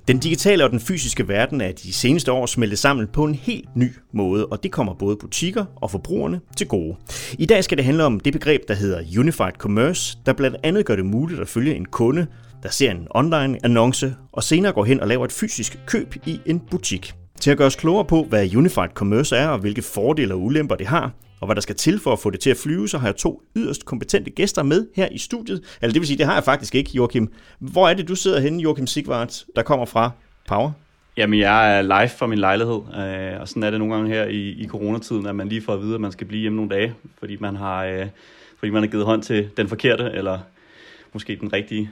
Den digitale og den fysiske verden er de seneste år smeltet sammen på en helt ny måde, og det kommer både butikker og forbrugerne til gode. I dag skal det handle om det begreb, der hedder Unified Commerce, der blandt andet gør det muligt at følge en kunde, der ser en online annonce og senere går hen og laver et fysisk køb i en butik. Til at gøre os klogere på, hvad Unified Commerce er og hvilke fordele og ulemper det har, og hvad der skal til for at få det til at flyve, så har jeg to yderst kompetente gæster med her i studiet. Eller det vil sige, det har jeg faktisk ikke, Joachim. Hvor er det, du sidder henne, Joachim Sigvart, der kommer fra Power? Jamen, jeg er live fra min lejlighed, og sådan er det nogle gange her i coronatiden, at man lige får at vide, at man skal blive hjemme nogle dage, fordi man har givet hånd til den forkerte, eller måske den rigtige.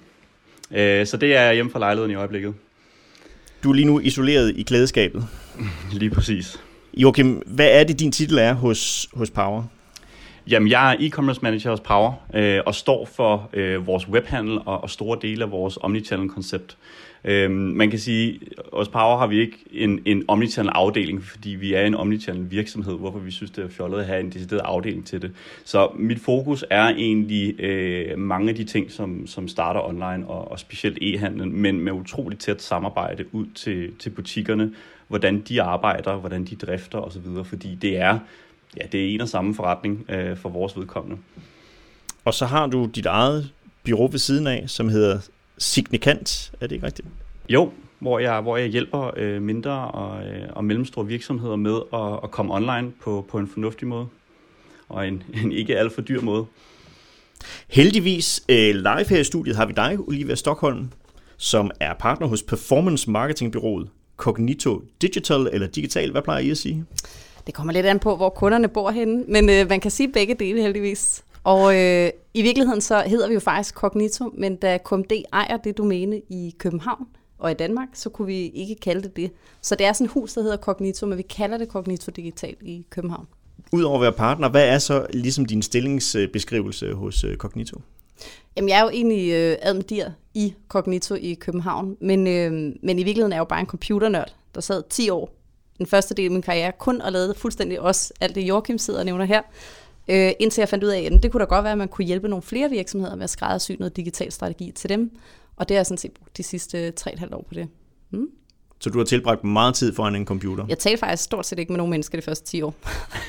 Så det er hjemme fra lejligheden i øjeblikket. Du er lige nu isoleret i klædeskabet. Lige præcis. Joachim, hvad er det, din titel er hos Power? Jamen, jeg er e-commerce manager hos Power, og står for vores webhandel og store dele af vores omnichannel-koncept. Man kan sige, at hos Power har vi ikke en omnichannel-afdeling, fordi vi er en omnichannel-virksomhed, hvorfor vi synes, det er fjollet at have en decideret afdeling til det. Så mit fokus er egentlig mange af de ting, som starter online, og specielt e-handlen, men med utroligt tæt samarbejde ud til butikkerne, hvordan de arbejder, hvordan de drifter osv., fordi det er en og samme forretning for vores vedkommende. Og så har du dit eget bureau ved siden af, som hedder Significant, er det ikke rigtigt? Jo, hvor jeg hjælper mindre og mellemstore virksomheder med at komme online på en fornuftig måde, og en ikke alt for dyr måde. Heldigvis live her i studiet har vi dig, Olivia Stockholm, som er partner hos performance marketingbyrået Cognito Digital, eller Digital, hvad plejer I at sige? Det kommer lidt an på, hvor kunderne bor henne, men man kan sige begge dele heldigvis. Og i virkeligheden så hedder vi jo faktisk Cognito, men da KMD ejer det domæne i København og i Danmark, så kunne vi ikke kalde det. Så det er sådan et hus, der hedder Cognito, men vi kalder det Cognito Digital i København. Udover at være partner, hvad er så ligesom din stillingsbeskrivelse hos Cognito? Jamen, jeg er jo egentlig admdir i Cognito i København, men i virkeligheden er jeg jo bare en computernørd, der sad 10 år, den første del af min karriere, kun og lavede fuldstændig også alt det, Joachim sidder og nævner her, indtil jeg fandt ud af, at det kunne da godt være, at man kunne hjælpe nogle flere virksomheder med at skræddersy noget digital strategi til dem, og det har jeg sådan set brugt de sidste 3,5 år på det. Så du har tilbragt meget tid foran en computer? Jeg talte faktisk stort set ikke med nogen mennesker de første 10 år.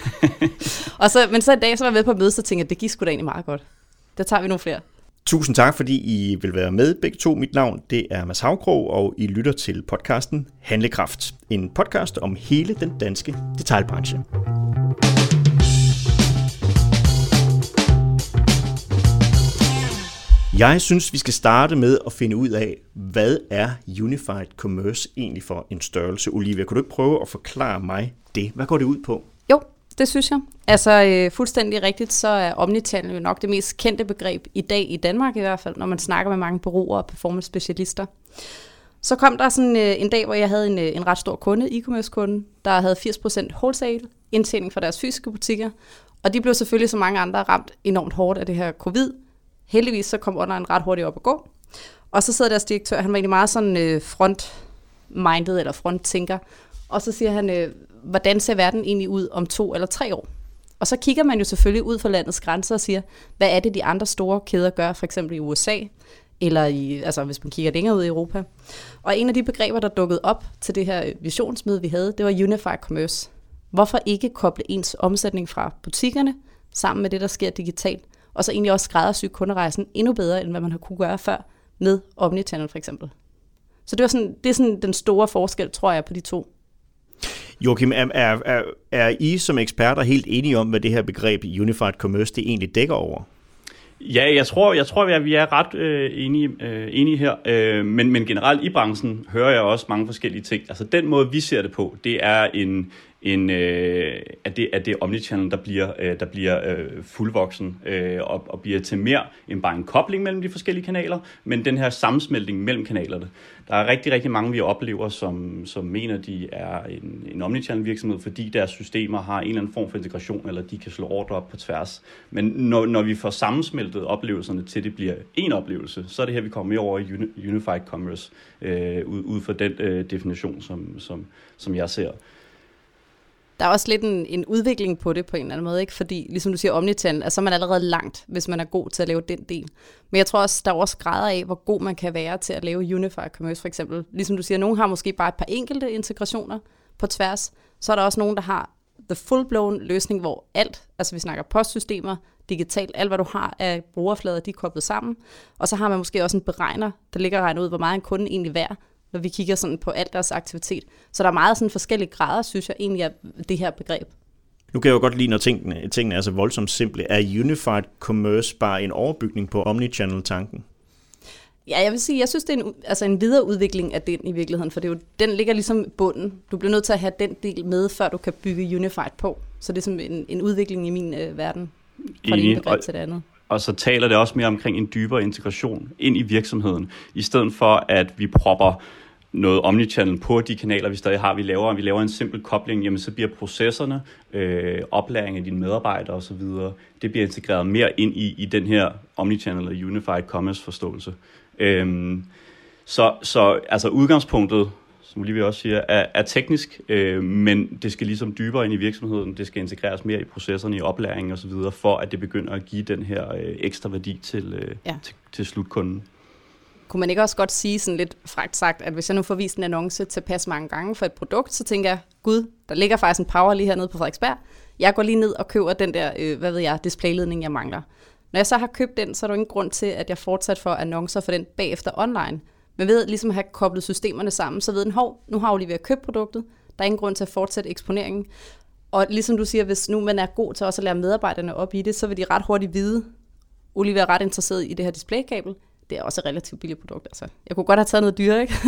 Men så en dag, så var jeg med på et møde, så tænkte jeg, at det gik sgu da egentlig meget godt. Der tager vi nogle flere. Tusind tak, fordi I vil være med begge to. Mit navn, det er Mads Havkrog, og I lytter til podcasten Handlekraft. En podcast om hele den danske detailbranche. Jeg synes, vi skal starte med at finde ud af, hvad er Unified Commerce egentlig for en størrelse? Olivia, kan du ikke prøve at forklare mig det? Hvad går det ud på? Jo, det synes jeg. Altså fuldstændig rigtigt, så er omnichannel jo nok det mest kendte begreb i dag, i Danmark i hvert fald, når man snakker med mange bureauer og performance specialister. Så kom der sådan en dag, hvor jeg havde en ret stor kunde, e-commerce-kunde, der havde 80% wholesale indtjening fra deres fysiske butikker, og de blev selvfølgelig som mange andre ramt enormt hårdt af det her covid. Heldigvis så kom online ret hurtigt op at gå. Og så sidder deres direktør, han var egentlig meget sådan front-minded eller front-tænker. Og så siger han, hvordan ser verden egentlig ud om 2 eller 3 år? Og så kigger man jo selvfølgelig ud for landets grænser og siger, hvad er det, de andre store kæder gør, for eksempel i USA, eller hvis man kigger længere ud i Europa. Og en af de begreber, der dukkede op til det her visionsmøde, vi havde, det var Unified Commerce. Hvorfor ikke koble ens omsætning fra butikkerne sammen med det, der sker digitalt? Og så egentlig også skræddersy kunderejsen endnu bedre, end hvad man har kunne gøre før med Omnichannel for eksempel. Så det er sådan den store forskel, tror jeg, på de to. Joachim, er I som eksperter helt enige om, hvad det her begreb Unified Commerce det egentlig dækker over? Ja, jeg tror at vi er ret enige her, men generelt i branchen hører jeg også mange forskellige ting. Altså den måde, vi ser det på, det er at det er omnichannel, der bliver fuldvoksen og bliver til mere end bare en kobling mellem de forskellige kanaler, men den her sammensmeltning mellem kanalerne. Der er rigtig, rigtig mange, vi oplever, som mener, de er en omnichannel virksomhed, fordi deres systemer har en eller anden form for integration, eller de kan slå ordre op på tværs. Men når vi får sammensmeltet oplevelserne til, det bliver en oplevelse, så er det her, vi kommer mere over i Unified Commerce, ud fra den definition, som jeg ser. Der er også lidt en udvikling på det på en eller anden måde, ikke? Fordi ligesom du siger omnichannel, så er man allerede langt, hvis man er god til at lave den del. Men jeg tror også, der er også grader af, hvor god man kan være til at lave Unified Commerce for eksempel. Ligesom du siger, nogen har måske bare et par enkelte integrationer på tværs. Så er der også nogen, der har the full-blown løsning, hvor alt, altså vi snakker postsystemer, digitalt, alt hvad du har af brugerflader, de er koblet sammen. Og så har man måske også en beregner, der ligger og regner ud, hvor meget en kunde egentlig værd, når vi kigger sådan på alt deres aktivitet. Så der er meget sådan forskellige grader, synes jeg egentlig, af det her begreb. Nu kan jeg jo godt lide, når tingene er så voldsomt simple. Er Unified Commerce bare en overbygning på Omnichannel-tanken? Ja, jeg vil sige, jeg synes, det er en videreudvikling af den i virkeligheden, for den ligger ligesom bunden. Du bliver nødt til at have den del med, før du kan bygge Unified på. Så det er sådan en udvikling i min verden, fra det ene begreb til det andet. Og så taler det også mere omkring en dybere integration ind i virksomheden, i stedet for at vi propper noget omnichannel på de kanaler, vi stadig har. Vi laver en simpel kobling, jamen så bliver processerne, oplæring af dine medarbejdere osv., det bliver integreret mere ind i den her omnichannel eller unified commerce forståelse. Så altså udgangspunktet, som Olivia også siger, er teknisk, men det skal ligesom dybere ind i virksomheden, det skal integreres mere i processerne, i oplæringen osv., for at det begynder at give den her ekstra værdi til slutkunden. Kunne man ikke også godt sige sådan lidt frækt sagt, at hvis jeg nu får vist en annonce tilpas mange gange for et produkt, så tænker jeg, gud, der ligger faktisk en power lige hernede på Frederiksberg. Jeg går lige ned og køber den der, displayledning, jeg mangler. Når jeg så har købt den, så er der ingen grund til, at jeg fortsat får annoncer for den bagefter online. Men ved ligesom at have koblet systemerne sammen, så ved den, nu har Olivia købt produktet, der er ingen grund til at fortsætte eksponeringen. Og ligesom du siger, hvis nu man er god til også at lære medarbejderne op i det, så vil de ret hurtigt vide, Olivia er ret interesseret i det her displaykabel. Det er også et relativt billigt produkt. Altså. Jeg kunne godt have taget noget dyre, ikke?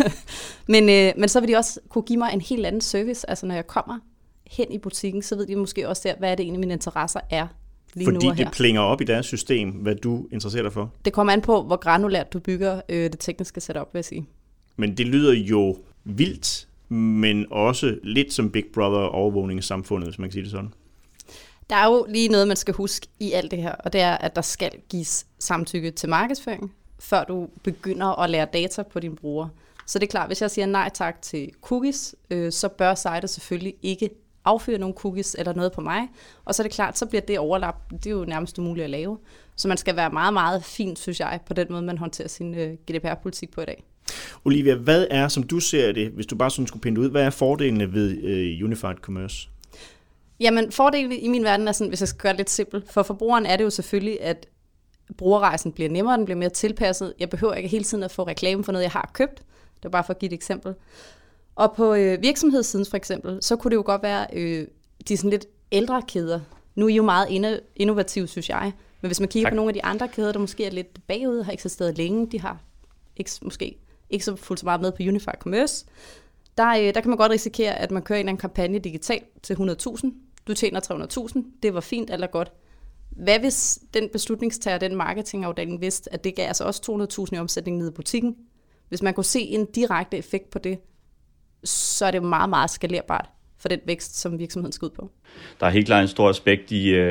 men så vil de også kunne give mig en helt anden service. Altså når jeg kommer hen i butikken, så ved de måske også der, hvad er det egentlig mine interesser er lige nu og her. Fordi det plinger op i deres system, hvad du interesserer dig for? Det kommer an på, hvor granulært du bygger det tekniske setup, vil jeg sige. Men det lyder jo vildt, men også lidt som Big Brother-overvågningssamfundet, hvis man kan sige det sådan. Der er jo lige noget, man skal huske i alt det her, og det er, at der skal gives samtykke til markedsføring, før du begynder at lære data på dine brugere. Så det er klart, hvis jeg siger nej tak til cookies, så bør sitet selvfølgelig ikke afføre nogle cookies eller noget på mig. Og så er det klart, så bliver det overlap, det er jo nærmest umuligt at lave. Så man skal være meget, meget fin, synes jeg, på den måde, man håndterer sin GDPR-politik på i dag. Olivia, hvad er, som du ser det, hvis du bare sådan skulle pinde ud, hvad er fordelene ved Unified Commerce? Jamen, fordelen i min verden er sådan, hvis jeg skal gøre det lidt simpelt, for forbrugeren er det jo selvfølgelig, at brugerrejsen bliver nemmere, den bliver mere tilpasset. Jeg behøver ikke hele tiden at få reklame for noget, jeg har købt. Det er bare for at give et eksempel. Og på virksomhedssiden for eksempel, så kunne det jo godt være de sådan lidt ældre kæder. Nu er I jo meget innovative, synes jeg. Men hvis man kigger på nogle af de andre kæder, der måske er lidt bagud, har eksisteret længe, de har måske ikke så fuldt så meget med på Unified Commerce, der kan man godt risikere, at man kører en eller anden kampagne digitalt til 100.000. Du tjener 300.000, det var fint eller godt. Hvad hvis den beslutningstager, den marketingafdeling vidste, at det gav altså også 200.000 i omsætning nede i butikken? Hvis man kunne se en direkte effekt på det, så er det meget, meget skalerbart for den vækst, som virksomheden skal ud på. Der er helt klart en stor aspekt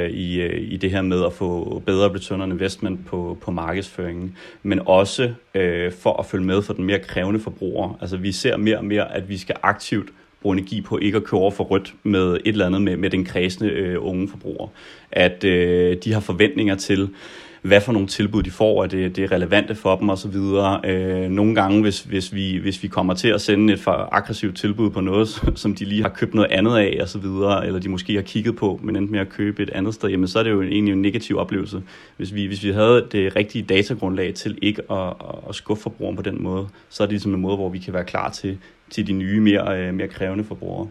i det her med at få bedre return on investment på markedsføringen, men også for at følge med for den mere krævende forbruger. Altså vi ser mere og mere, at vi skal aktivt bruge energi på ikke at køre over for rødt med et eller andet med den kredsende unge forbruger. At de har forventninger til, hvad for nogle tilbud de får, at det er relevante for dem osv. Nogle gange, hvis vi kommer til at sende et for aggressivt tilbud på noget, som de lige har købt noget andet af osv., eller de måske har kigget på, men endte med at købe et andet sted, jamen så er det jo egentlig en negativ oplevelse. Hvis vi havde det rigtige datagrundlag til ikke at skuffe forbrugeren på den måde, så er det ligesom en måde, hvor vi kan være klar til de nye, mere krævende forbrugere.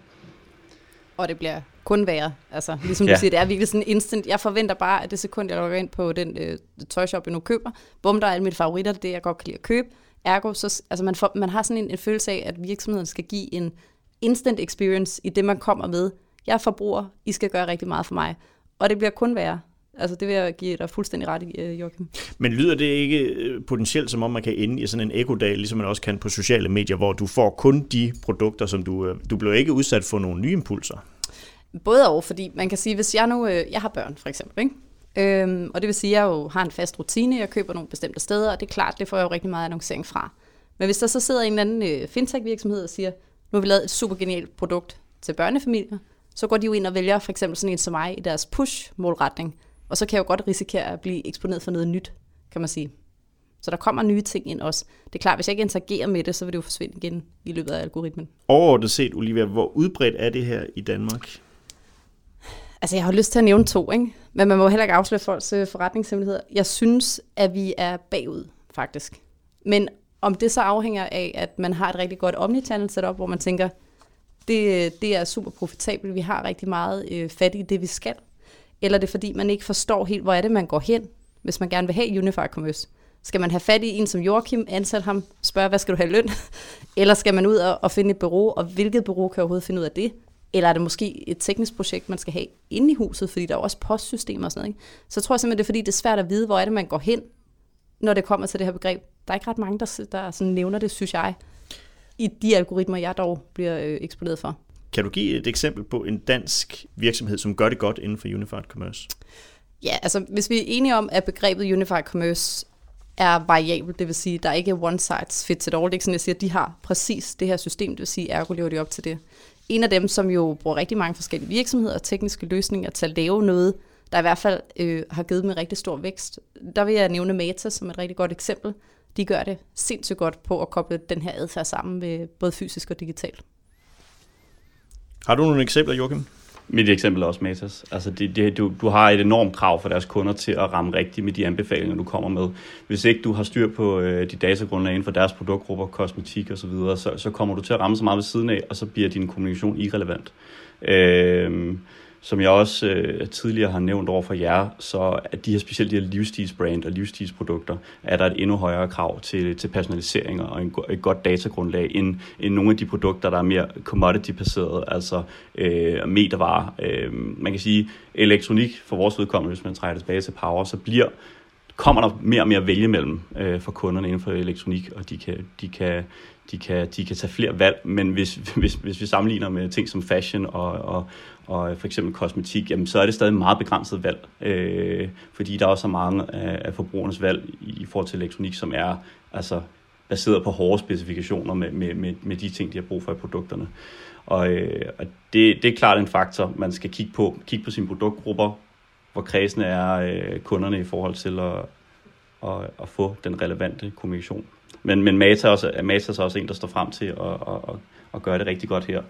Og det bliver kun værre. Altså, ligesom du siger, det er virkelig sådan instant. Jeg forventer bare, at det sekund, jeg logger ind på den tøjshop, jeg nu køber, bum, der er alle mine favoritter, det jeg godt kan lide at købe. Ergo, så, altså man har sådan en følelse af, at virksomheden skal give en instant experience i det, man kommer med. Jeg er forbruger, I skal gøre rigtig meget for mig. Og det bliver kun værre. Altså, det vil jeg give dig fuldstændig ret i, Joachim. Men lyder det ikke potentielt, som om man kan ende i sådan en ekodal, ligesom man også kan på sociale medier, hvor du får kun de produkter, som du bliver ikke udsat for nogle nye impulser? Både og, fordi man kan sige, hvis jeg nu, jeg har børn for eksempel, ikke? Og det vil sige, at jeg jo har en fast rutine, jeg køber nogle bestemte steder, og det er klart, det får jeg jo rigtig meget annoncering fra. Men hvis der så sidder en eller anden fintech-virksomhed og siger, nu har vi lavet et super genialt produkt til børnefamilier, så går de jo ind og vælger for eksempel sådan en som mig i deres push-målretning, og så kan jeg jo godt risikere at blive eksponeret for noget nyt, kan man sige. Så der kommer nye ting ind også. Det er klart, hvis jeg ikke interagerer med det, så vil det jo forsvinde igen i løbet af algoritmen. Overordnet set, Olivia, hvor udbredt er det her i Danmark? Altså, jeg har lyst til at nævne 2, ikke? Men man må heller ikke afsløre folks forretningshemmeligheder. Jeg synes, at vi er bagud, faktisk. Men om det så afhænger af, at man har et rigtig godt omnichannel setup, hvor man tænker, det er super profitabelt, vi har rigtig meget fat i det, vi skal. Eller det er fordi, man ikke forstår helt, hvor er det, man går hen, hvis man gerne vil have Unified Commerce. Skal man have fat i en som Joachim, ansætte ham, spørge, hvad skal du have løn? Eller skal man ud og finde et bureau, og hvilket bureau kan overhovedet finde ud af det? Eller er det måske et teknisk projekt, man skal have inde i huset, fordi der er også postsystemer og sådan noget, ikke? Så tror jeg simpelthen, det er fordi, det er svært at vide, hvor er det, man går hen, når det kommer til det her begreb. Der er ikke ret mange, der sådan nævner det, synes jeg, i de algoritmer, jeg dog bliver eksponeret for. Kan du give et eksempel på en dansk virksomhed, som gør det godt inden for Unified Commerce? Ja, altså hvis vi er enige om, at begrebet Unified Commerce er variabelt, det vil sige, der er ikke one size fits it all. Det er ikke sådan, jeg siger, at de har præcis det her system, det vil sige, ergo lever de op til det. En af dem, som jo bruger rigtig mange forskellige virksomheder og tekniske løsninger til at lave noget, der i hvert fald har givet dem en rigtig stor vækst. Der vil jeg nævne Meta som et rigtig godt eksempel. De gør det sindssygt godt på at koble den her adfærd sammen med både fysisk og digitalt. Har du nogle eksempler, Joachim? Mit eksempel er også Matas. Altså du har et enormt krav for deres kunder til at ramme rigtigt med de anbefalinger, du kommer med. Hvis ikke du har styr på de datagrundlag inden for deres produktgrupper, kosmetik og så videre, så kommer du til at ramme så meget ved siden af, og så bliver din kommunikation irrelevant. Som jeg også tidligere har nævnt over for jer, så at de her specielt de her livsstilsbrand og livsstilsprodukter, er der et endnu højere krav til personalisering og et godt datagrundlag end nogle af de produkter, der er mere commodity-baseret, altså metervarer. Man kan sige, elektronik for vores vedkommende, hvis man trækker det tilbage til Power, så kommer der mere og mere at vælge mellem for kunderne inden for elektronik, og de kan tage flere valg, men hvis vi sammenligner med ting som fashion og for eksempel kosmetik, jamen, så er det stadig meget begrænset valg, fordi der også er mange af forbrugernes valg i forhold til elektronik, som er altså baseret på hårde specifikationer med de ting, de har brug for i produkterne. Og det er klart en faktor, man skal kigge på sine produktgrupper, hvor kredsende er kunderne i forhold til at få den relevante kommunikation. Men Matas er også en, der står frem til at gøre det rigtig godt her.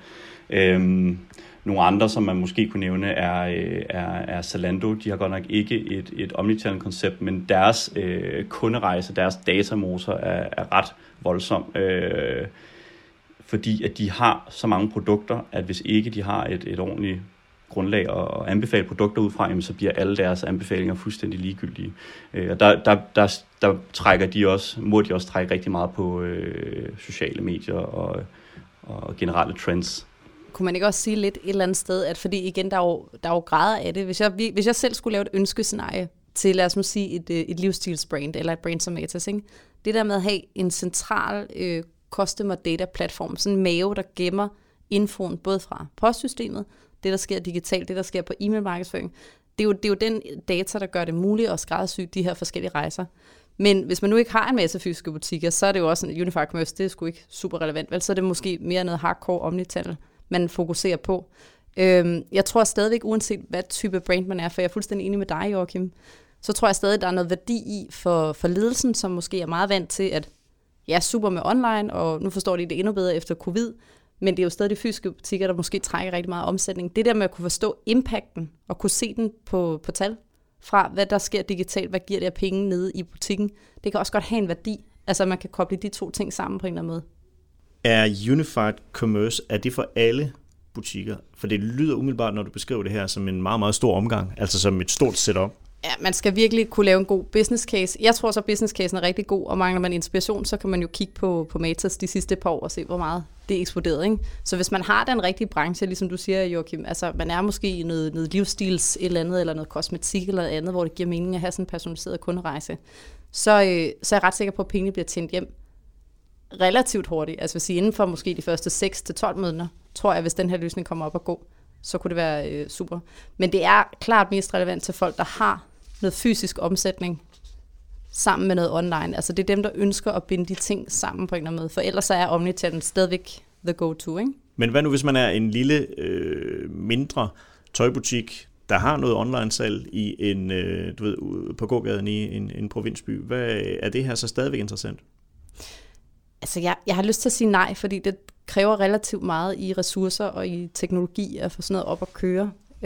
Nogle andre, som man måske kunne nævne, er Zalando. De har godt nok ikke et omnichannel-koncept, men deres kunderejse, deres datamotor er ret voldsom. Fordi at de har så mange produkter, at hvis ikke de har et ordentligt grundlag og anbefale produkter ud fra, jamen, så bliver alle deres anbefalinger fuldstændig ligegyldige. Og der trækker må de også trække rigtig meget på sociale medier og generelle trends. Kunne man ikke også sige lidt et eller andet sted, at fordi igen, der er jo grader af det. Hvis jeg selv skulle lave et ønskescenarie til, lad os nu sige, et livsstilsbrand, eller et brand som Matas, ikke? Det der med at have en central customer data platform, sådan en mave, der gemmer infoen både fra postsystemet, det der sker digitalt, det der sker på e-mail-markedsføring, det er jo den data, der gør det muligt at skræddersy de her forskellige rejser. Men hvis man nu ikke har en masse fysiske butikker, så er det jo også en Unified Commerce, det er sgu ikke super relevant, vel? Så er det måske mere noget hardcore omnichannel, man fokuserer på. Jeg tror stadigvæk, uanset hvad type brand man er, for jeg er fuldstændig enig med dig, Joachim, så tror jeg stadig, der er noget værdi i for ledelsen, som måske er meget vant til, at ja, super med online, og nu forstår de det endnu bedre efter covid, men det er jo stadig de fysiske butikker, der måske trækker rigtig meget omsætning. Det der med at kunne forstå impacten, og kunne se den på tal, fra hvad der sker digitalt, hvad giver det af penge nede i butikken, det kan også godt have en værdi. Altså man kan koble de to ting sammen på en eller anden måde. Er Unified Commerce, er det for alle butikker? For det lyder umiddelbart, når du beskriver det her, som en meget, meget stor omgang, altså som et stort setup. Ja, man skal virkelig kunne lave en god business case. Jeg tror så, at business casen er rigtig god, og mangler man inspiration, så kan man jo kigge på Matas de sidste par år og se, hvor meget det er eksploderet, ikke? Så hvis man har den rigtige branche, ligesom du siger, Joachim, altså man er måske i noget livsstils et eller andet, eller noget kosmetik eller andet, hvor det giver mening at have sådan en personaliseret kunderejse, så er jeg ret sikker på, at pengene bliver tjent hjem relativt hurtigt. Altså vil sige, inden for måske de første 6-12 måneder, tror jeg, hvis den her løsning kommer op og gå, så kunne det være super. Men det er klart mest relevant til folk, der har noget fysisk omsætning sammen med noget online. Altså det er dem, der ønsker at binde de ting sammen på en eller anden måde. For ellers så er omnichannel stadigvæk the go-to, ikke? Men hvad nu, hvis man er en lille, mindre tøjbutik, der har noget online-salg i en, på gågaden i en provinsby? Hvad er det her så stadigvæk interessant? Altså, jeg har lyst til at sige nej, fordi det kræver relativt meget i ressourcer og i teknologi at få sådan noget op at køre.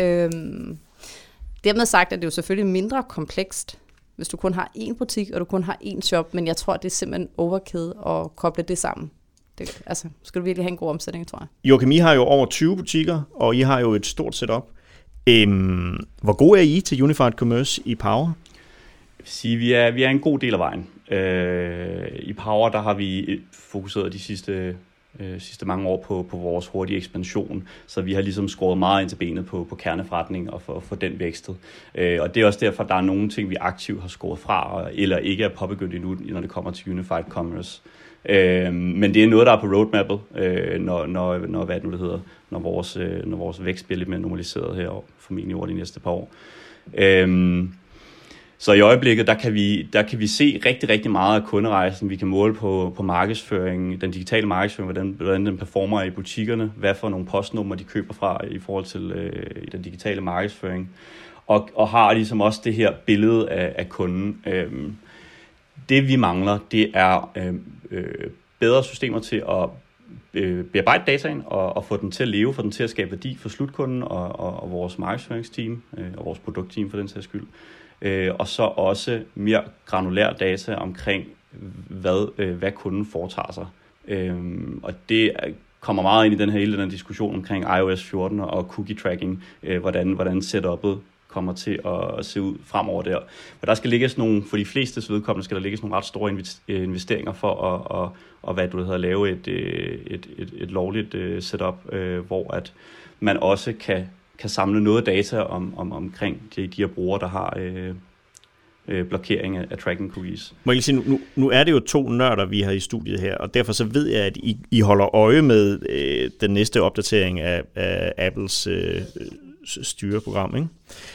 Dermed sagt, at det jo selvfølgelig mindre komplekst, hvis du kun har én butik, og du kun har én shop, men jeg tror, det er simpelthen overkill at koble det sammen. Det, altså, skal du virkelig have en god omsætning, tror jeg. Joachim, I har jo over 20 butikker, og I har jo et stort setup. Hvor gode er I til Unified Commerce i Power? Jeg vil sige, vi er en god del af vejen. I Power, der har vi fokuseret de sidste mange år på vores hurtige ekspansion, så vi har ligesom skåret meget ind til benet på kerneforretning og for den vækstet. Og det er også derfor, at der er nogle ting, vi aktivt har skåret fra, eller ikke er påbegyndt endnu, når det kommer til Unified Commerce. Men det er noget, der er på roadmappet, når vores vækst bliver lidt mere normaliseret her, formentlig over de næste par år. Så i øjeblikket, der kan vi se rigtig, rigtig meget af kunderejsen. Vi kan måle på markedsføring, den digitale markedsføring, hvordan den performer i butikkerne, hvad for nogle postnumre de køber fra i forhold til den digitale markedsføring, og har ligesom også det her billede af kunden. Det vi mangler, det er bedre systemer til at bearbejde dataen og få den til at leve, få den til at skabe værdi for slutkunden og vores markedsføringsteam og vores produktteam for den sags skyld. Og så også mere granulær data omkring, hvad kunden foretager sig. Og det kommer meget ind i hele den diskussion omkring iOS 14 og cookie tracking, hvordan setup'et kommer til at se ud fremover der. For der skal ligges for de flestes vedkommende skal der ligges nogle ret store investeringer for at lave et lovligt setup, hvor at man også kan samle noget data omkring de her brugere, der har blokering af tracking cookies. Må jeg sige, nu er det jo 2 nørder, vi har i studiet her, og derfor så ved jeg, at I holder øje med den næste opdatering af Apples styreprogram, ikke?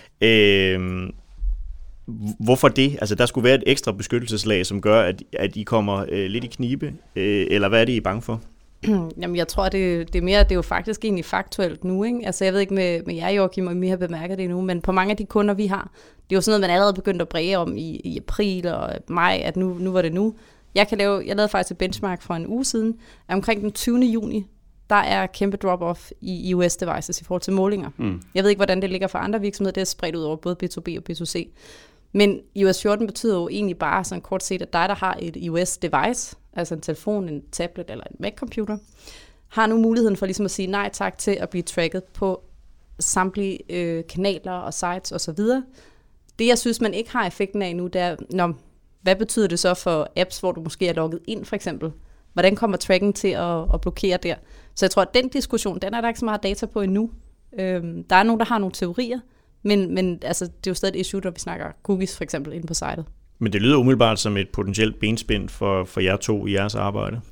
Hvorfor det? Altså, der skulle være et ekstra beskyttelseslag, som gør, at I kommer lidt i knibe, eller hvad er det, I er bange for? Jamen, jeg tror, det er mere, det er jo faktisk egentlig faktuelt nu, ikke? Altså, jeg ved ikke med jer, Joachim, om I har bemærket det nu, men på mange af de kunder, vi har, det er jo sådan noget, man allerede begyndt at bræge om i april og maj, at nu var det nu. Jeg lavede faktisk et benchmark for en uge siden, at omkring den 20. juni, der er kæmpe drop-off i iOS-devices i forhold til målinger. Jeg ved ikke, hvordan det ligger for andre virksomheder, det er spredt ud over både B2B og B2C. Men iOS 14 betyder jo egentlig bare sådan kort set, at dig, der har et iOS-device, altså en telefon, en tablet eller en Mac-computer, har nu muligheden for ligesom at sige nej tak til at blive tracket på samtlige kanaler og sites osv. Det, jeg synes, man ikke har effekten af nu, det er, hvad betyder det så for apps, hvor du måske er logget ind, for eksempel? Hvordan kommer tracking til at blokere der? Så jeg tror, at den diskussion, den er der ikke så meget data på endnu. Der er nogen, der har nogle teorier, men altså, det er jo stadig et issue, når vi snakker cookies for eksempel inde på sitet. Men det lyder umiddelbart som et potentielt benspænd for jer to i jeres arbejde.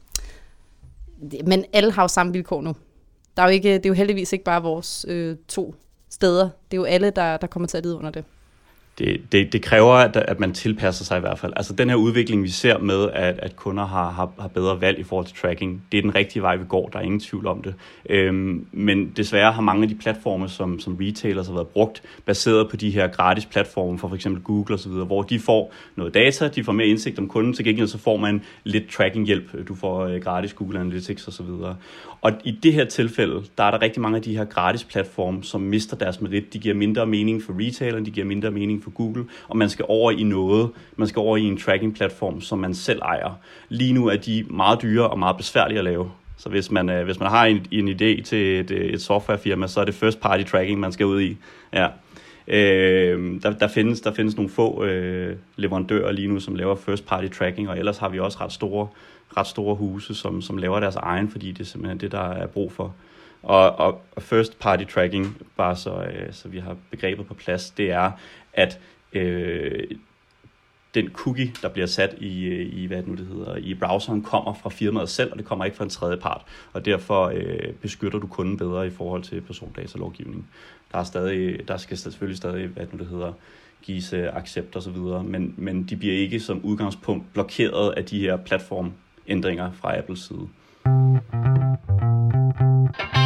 Men alle har jo samme vilkår nu. Det er jo heldigvis ikke bare vores 2 steder. Det er jo alle, der kommer til at lide under det. Det kræver, at man tilpasser sig i hvert fald. Altså den her udvikling, vi ser med, at kunder har bedre valg i forhold til tracking, det er den rigtige vej, vi går. Der er ingen tvivl om det. Men desværre har mange af de platforme, som retailers har været brugt, baseret på de her gratis platforme, for eksempel Google osv., hvor de får noget data, de får mere indsigt om kunden, til gengæld så får man lidt tracking-hjælp. Du får gratis Google Analytics osv. Og i det her tilfælde, der er der rigtig mange af de her gratis platforme, som mister deres merit. De giver mindre mening for retaileren, de giver mindre mening for Google, og man skal over i noget. Man skal over i en tracking-platform, som man selv ejer. Lige nu er de meget dyre og meget besværlige at lave. Så hvis man har en idé til et softwarefirma, så er det first party tracking, man skal ud i. Ja. Der findes nogle få leverandører lige nu, som laver first party tracking, og ellers har vi også ret store huse, som laver deres egen, fordi det er simpelthen det, der er brug for. Og first party tracking, bare så vi har begrebet på plads, det er, at den cookie, der bliver sat i browseren, kommer fra firmaet selv, og det kommer ikke fra en tredje part. Og derfor beskytter du kunden bedre i forhold til persondatalovgivning. Der skal selvfølgelig stadig, gives accept og så videre, men de bliver ikke som udgangspunkt blokeret af de her platformændringer fra Apples side.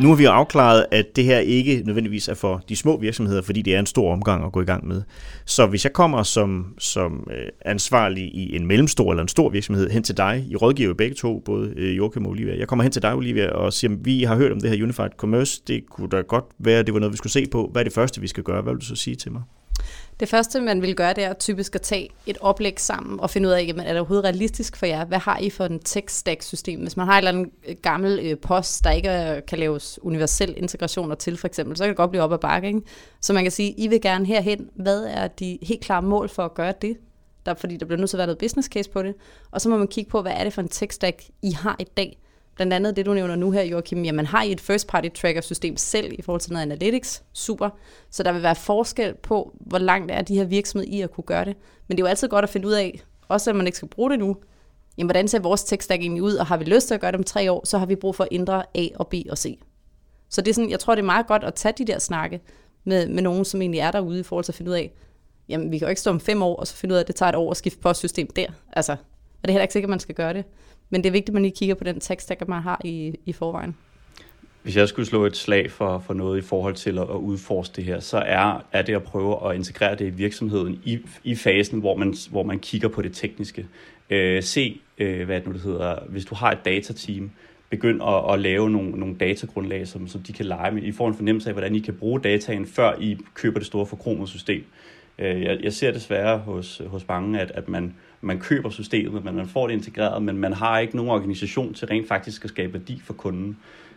Nu har vi jo afklaret, at det her ikke nødvendigvis er for de små virksomheder, fordi det er en stor omgang at gå i gang med. Så hvis jeg kommer som ansvarlig i en mellemstor eller en stor virksomhed hen til dig, I rådgiver begge to, både Joachim og Olivia. Jeg kommer hen til dig, Olivia, og siger, vi har hørt om det her Unified Commerce. Det kunne da godt være, at det var noget, vi skulle se på. Hvad er det første, vi skal gøre? Hvad vil du så sige til mig? Det første, man vil gøre, det er typisk at tage et oplæg sammen og finde ud af, jamen, er det overhovedet realistisk for jer? Hvad har I for en tech-stack-system? Hvis man har et eller andet gammel post, der ikke kan laves universel integrationer til, for eksempel, så kan det godt blive op ad bakke, ikke? Så man kan sige, I vil gerne herhen. Hvad er de helt klare mål for at gøre det? Fordi der bliver nødt til at være noget business case på det. Og så må man kigge på, hvad er det for en tech-stack, I har i dag? Blandt andet det, du nævner nu her, Joachim, jamen har I et first-party tracker-system selv i forhold til noget analytics? Super. Så der vil være forskel på, hvor langt er de her virksomheder i at kunne gøre det. Men det er jo altid godt at finde ud af, også at man ikke skal bruge det nu, jamen hvordan ser vores tech-stack egentlig ud, og har vi lyst til at gøre det om 3 år, så har vi brug for at ændre A og B og C. Så det er sådan, jeg tror, det er meget godt at tage de der snakke med nogen, som egentlig er derude i forhold til at finde ud af, jamen vi kan jo ikke stå om 5 år, og så finde ud af, at det tager et år at skifte postsystem der. Altså, og det er heller ikke sikkert, at man skal gøre det. Men det er vigtigt, at man lige kigger på den tech-stack, man har i forvejen. Hvis jeg skulle slå et slag for noget i forhold til at udforske det her, så er det at prøve at integrere det i virksomheden i fasen, hvor man kigger på det tekniske. Se, hvad det nu hedder, hvis du har et datateam, begynd at lave nogle datagrundlag, som de kan lege med. I får en fornemmelse af, hvordan I kan bruge dataen, før I køber det store forkromede system. Jeg ser desværre hos mange, at man køber systemet, men man får det integreret, men man har ikke nogen organisation til rent faktisk at skabe værdi for kunden.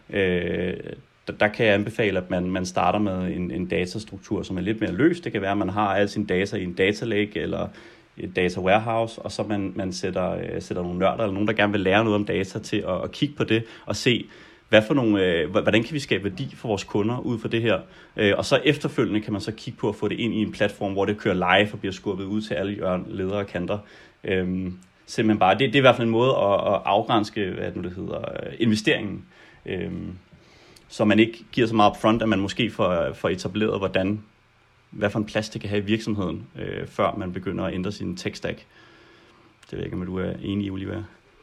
Der kan jeg anbefale, at man starter med en datastruktur, som er lidt mere løs. Det kan være, at man har alle sine data i en data lake eller et data warehouse, og så man sætter nogle nørder eller nogen, der gerne vil lære noget om data til at kigge på det og se, hvordan kan vi skabe værdi for vores kunder ud fra det her? Og så efterfølgende kan man så kigge på at få det ind i en platform, hvor det kører live og bliver skubbet ud til alle ledere og kanter. Simpelthen bare, det er i hvert fald en måde at afgrænse, investeringen. Så man ikke giver så meget upfront, at man måske får etableret, hvad for en plads det kan have i virksomheden, før man begynder at ændre sin tech-stack. Det ved jeg ikke, om du er enig i, Olivia.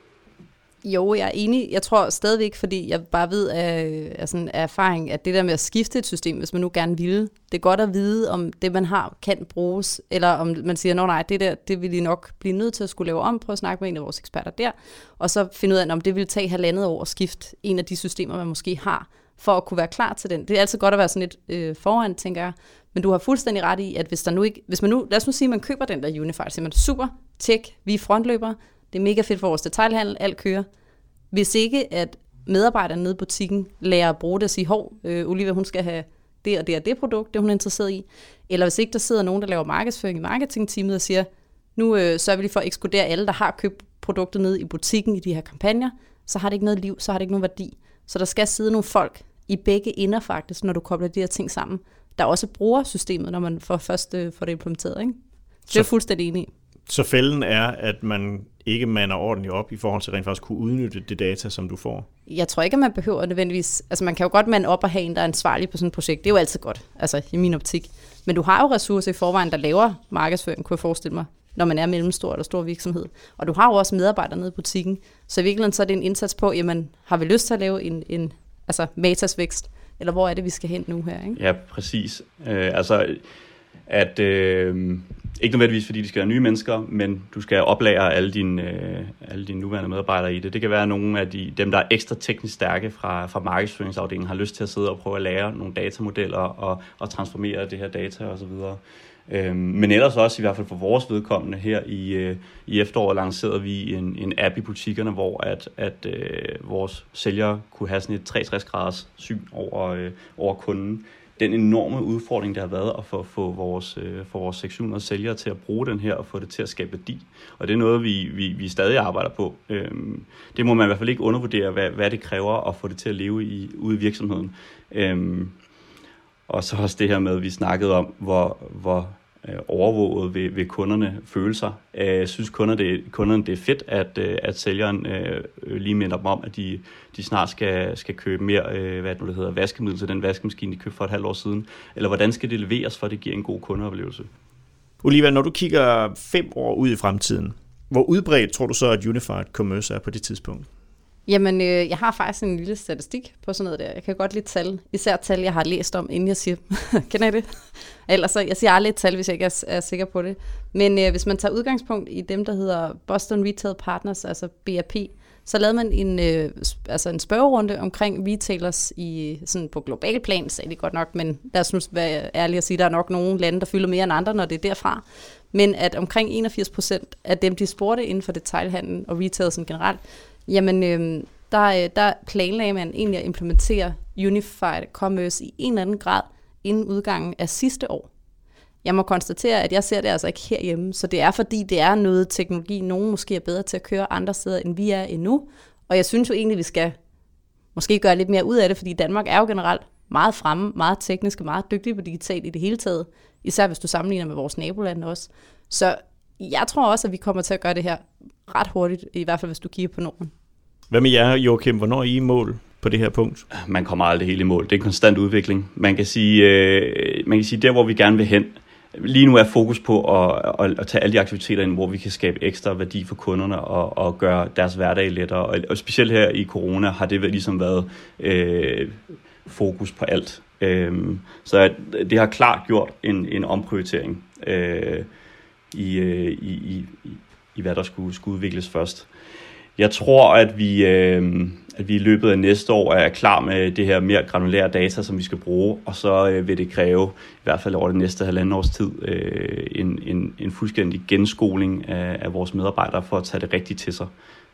Jo, jeg er enig. Jeg tror stadigvæk, fordi jeg bare ved af erfaring, at det der med at skifte et system, hvis man nu gerne vil, det er godt at vide, om det, man har, kan bruges, eller om man siger, nej, det der, det vil I nok blive nødt til at skulle lave om, prøve at snakke med en af vores eksperter der, og så finde ud af, om det vil tage 1,5 år at skifte en af de systemer, man måske har, for at kunne være klar til den. Det er altid godt at være sådan lidt foran, tænker jeg. Men du har fuldstændig ret i, at hvis man nu, lad os nu sige, at man køber den der Unified, så siger man, super, tjek, vi er frontløbere, det er mega fedt for vores detailhandel, alt kører. Hvis ikke, at medarbejderne nede i butikken lærer at bruge det og sige, Olivia, hun skal have det og det og det produkt, det hun er interesseret i. Eller hvis ikke der sidder nogen, der laver markedsføring i marketingteamet og siger, nu sørger vi lige for at ekskludere alle, der har købt produktet nede i butikken i de her kampagner, så har det ikke noget liv, så har det ikke nogen værdi. Så der skal sidde nogle folk i begge ender faktisk, når du kobler de her ting sammen, der også bruger systemet, når man først får det implementeret. Ikke? Det er jeg fuldstændig enig i. Så fælden er, at man ikke mander ordentligt op i forhold til at rent faktisk kunne udnytte det data, som du får? Jeg tror ikke, at man behøver nødvendigvis... Altså man kan jo godt mande op og have en, der er ansvarlig på sådan et projekt. Det er jo altid godt, altså i min optik. Men du har jo ressourcer i forvejen, der laver markedsføring, kunne jeg forestille mig, når man er mellemstor eller stor virksomhed. Og du har jo også medarbejdere nede i butikken. Så i virkeligheden så er det en indsats på, jamen har vi lyst til at lave en matasvækst, eller hvor er det, vi skal hen nu her? Ikke? Ja, præcis. Ikke nødvendigvis, fordi de skal være nye mennesker, men du skal oplære alle dine nuværende medarbejdere i det. Det kan være nogle af dem, der er ekstra teknisk stærke fra markedsføringsafdelingen, har lyst til at sidde og prøve at lære nogle datamodeller og transformere det her data osv. Men ellers også, i hvert fald for vores vedkommende, her i efteråret lancerede vi en app i butikkerne, hvor at vores sælgere kunne have sådan et 360-graders syn over kunden. Den enorme udfordring, der har været at få vores 600 sælgere til at bruge den her og få det til at skabe værdi. Og det er noget, vi stadig arbejder på. Det må man i hvert fald ikke undervurdere, hvad det kræver at få det til at leve ude i virksomheden. Og så også det her med, at vi snakkede om, hvor overvåget vil kunderne føle sig. Synes kunderne det er fedt, at sælgeren lige minder dem om, at de snart skal købe mere vaskemiddel til den vaskemaskine, de købte for et halvt år siden. Eller hvordan skal det leveres, for at det giver en god kundeoplevelse? Olivia, når du kigger 5 år ud i fremtiden, hvor udbredt tror du så, at Unified Commerce er på det tidspunkt? Jamen, jeg har faktisk en lille statistik på sådan noget der. Jeg kan godt lide tal. Især tal, jeg har læst om, inden jeg siger kender I det? Ellers så, jeg siger aldrig et tal, hvis jeg ikke er sikker på det. Men hvis man tager udgangspunkt i dem, der hedder Boston Retail Partners, altså BRP, så lavede man en spørgerunde omkring retailers sådan på global plan, sagde de godt nok, men lad os nu være ærlige at sige, der er nok nogle lande, der fylder mere end andre, når det er derfra. Men at omkring 81% af dem, de spurgte inden for detailhandel og retail sådan generelt, jamen der planlagde man egentlig at implementere Unified Commerce i en eller anden grad inden udgangen af sidste år. Jeg må konstatere, at jeg ser det altså ikke herhjemme, så det er fordi, det er noget teknologi, nogen måske er bedre til at køre andre steder, end vi er endnu. Og jeg synes jo egentlig, vi skal måske gøre lidt mere ud af det, fordi Danmark er jo generelt meget fremme, meget teknisk og meget dygtig på digitalt i det hele taget, især hvis du sammenligner med vores nabolande også. Så jeg tror også, at vi kommer til at gøre det her ret hurtigt, i hvert fald hvis du kigger på Norden. Hvad med jer, Joachim? Hvornår er I i mål på det her punkt? Man kommer aldrig helt i mål. Det er en konstant udvikling. Man kan sige, der hvor vi gerne vil hen, lige nu er fokus på at tage alle de aktiviteter ind, hvor vi kan skabe ekstra værdi for kunderne og gøre deres hverdag lettere. Og specielt her i corona har det ligesom været fokus på alt. Så det har klart gjort en omprioritering i hvad der skulle udvikles først. Jeg tror, at vi i løbet af næste år er klar med det her mere granulære data, som vi skal bruge, og så vil det kræve, i hvert fald over det næste halvanden års tid, en fuldstændig genskoling af vores medarbejdere for at tage det rigtigt til sig.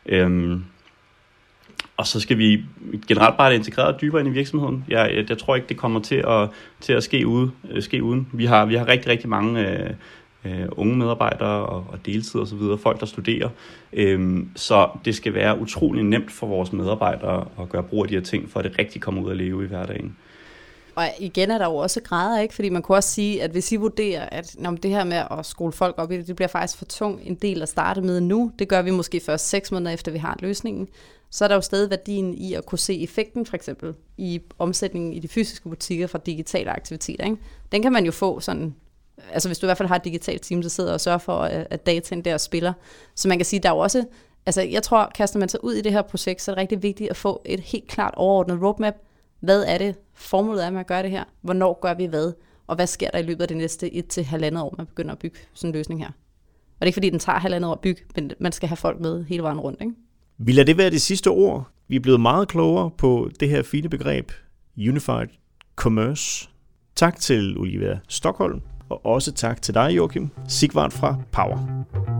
Og så skal vi generelt bare integrere dybere ind i virksomheden. Jeg tror ikke, det kommer til at ske uden. Vi har rigtig, rigtig mange unge medarbejdere og deltid og så videre, folk der studerer. Så det skal være utrolig nemt for vores medarbejdere at gøre brug af de her ting, for at det rigtig kommer ud at leve i hverdagen. Og igen er der jo også grader, ikke? Fordi man kunne også sige, at hvis I vurderer, at det her med at skole folk op i det bliver faktisk for tung en del at starte med nu, det gør vi måske først 6 måneder efter, vi har løsningen, så er der jo stadig værdien i at kunne se effekten, for eksempel i omsætningen i de fysiske butikker fra digitale aktiviteter, ikke? Den kan man jo få sådan, altså hvis du i hvert fald har et digitalt team, der sidder og sørger for, at dataen der spiller. Så man kan sige, der er jo også, altså jeg tror, kaster man sig ud i det her projekt, så er det rigtig vigtigt at få et helt klart overordnet roadmap. Hvad er det, formålet er med at gøre det her? Hvornår gør vi hvad? Og hvad sker der i løbet af det næste 1 til 1,5 år, man begynder at bygge sådan en løsning her? Og det er ikke fordi, den tager 1,5 år at bygge, men man skal have folk med hele vejen rundt, ikke? Vi lader det være det sidste ord. Vi er blevet meget klogere på det her fine begreb, Unified Commerce. Tak til Olivia Stockholm, og også tak til dig, Joachim Sigvart fra Power.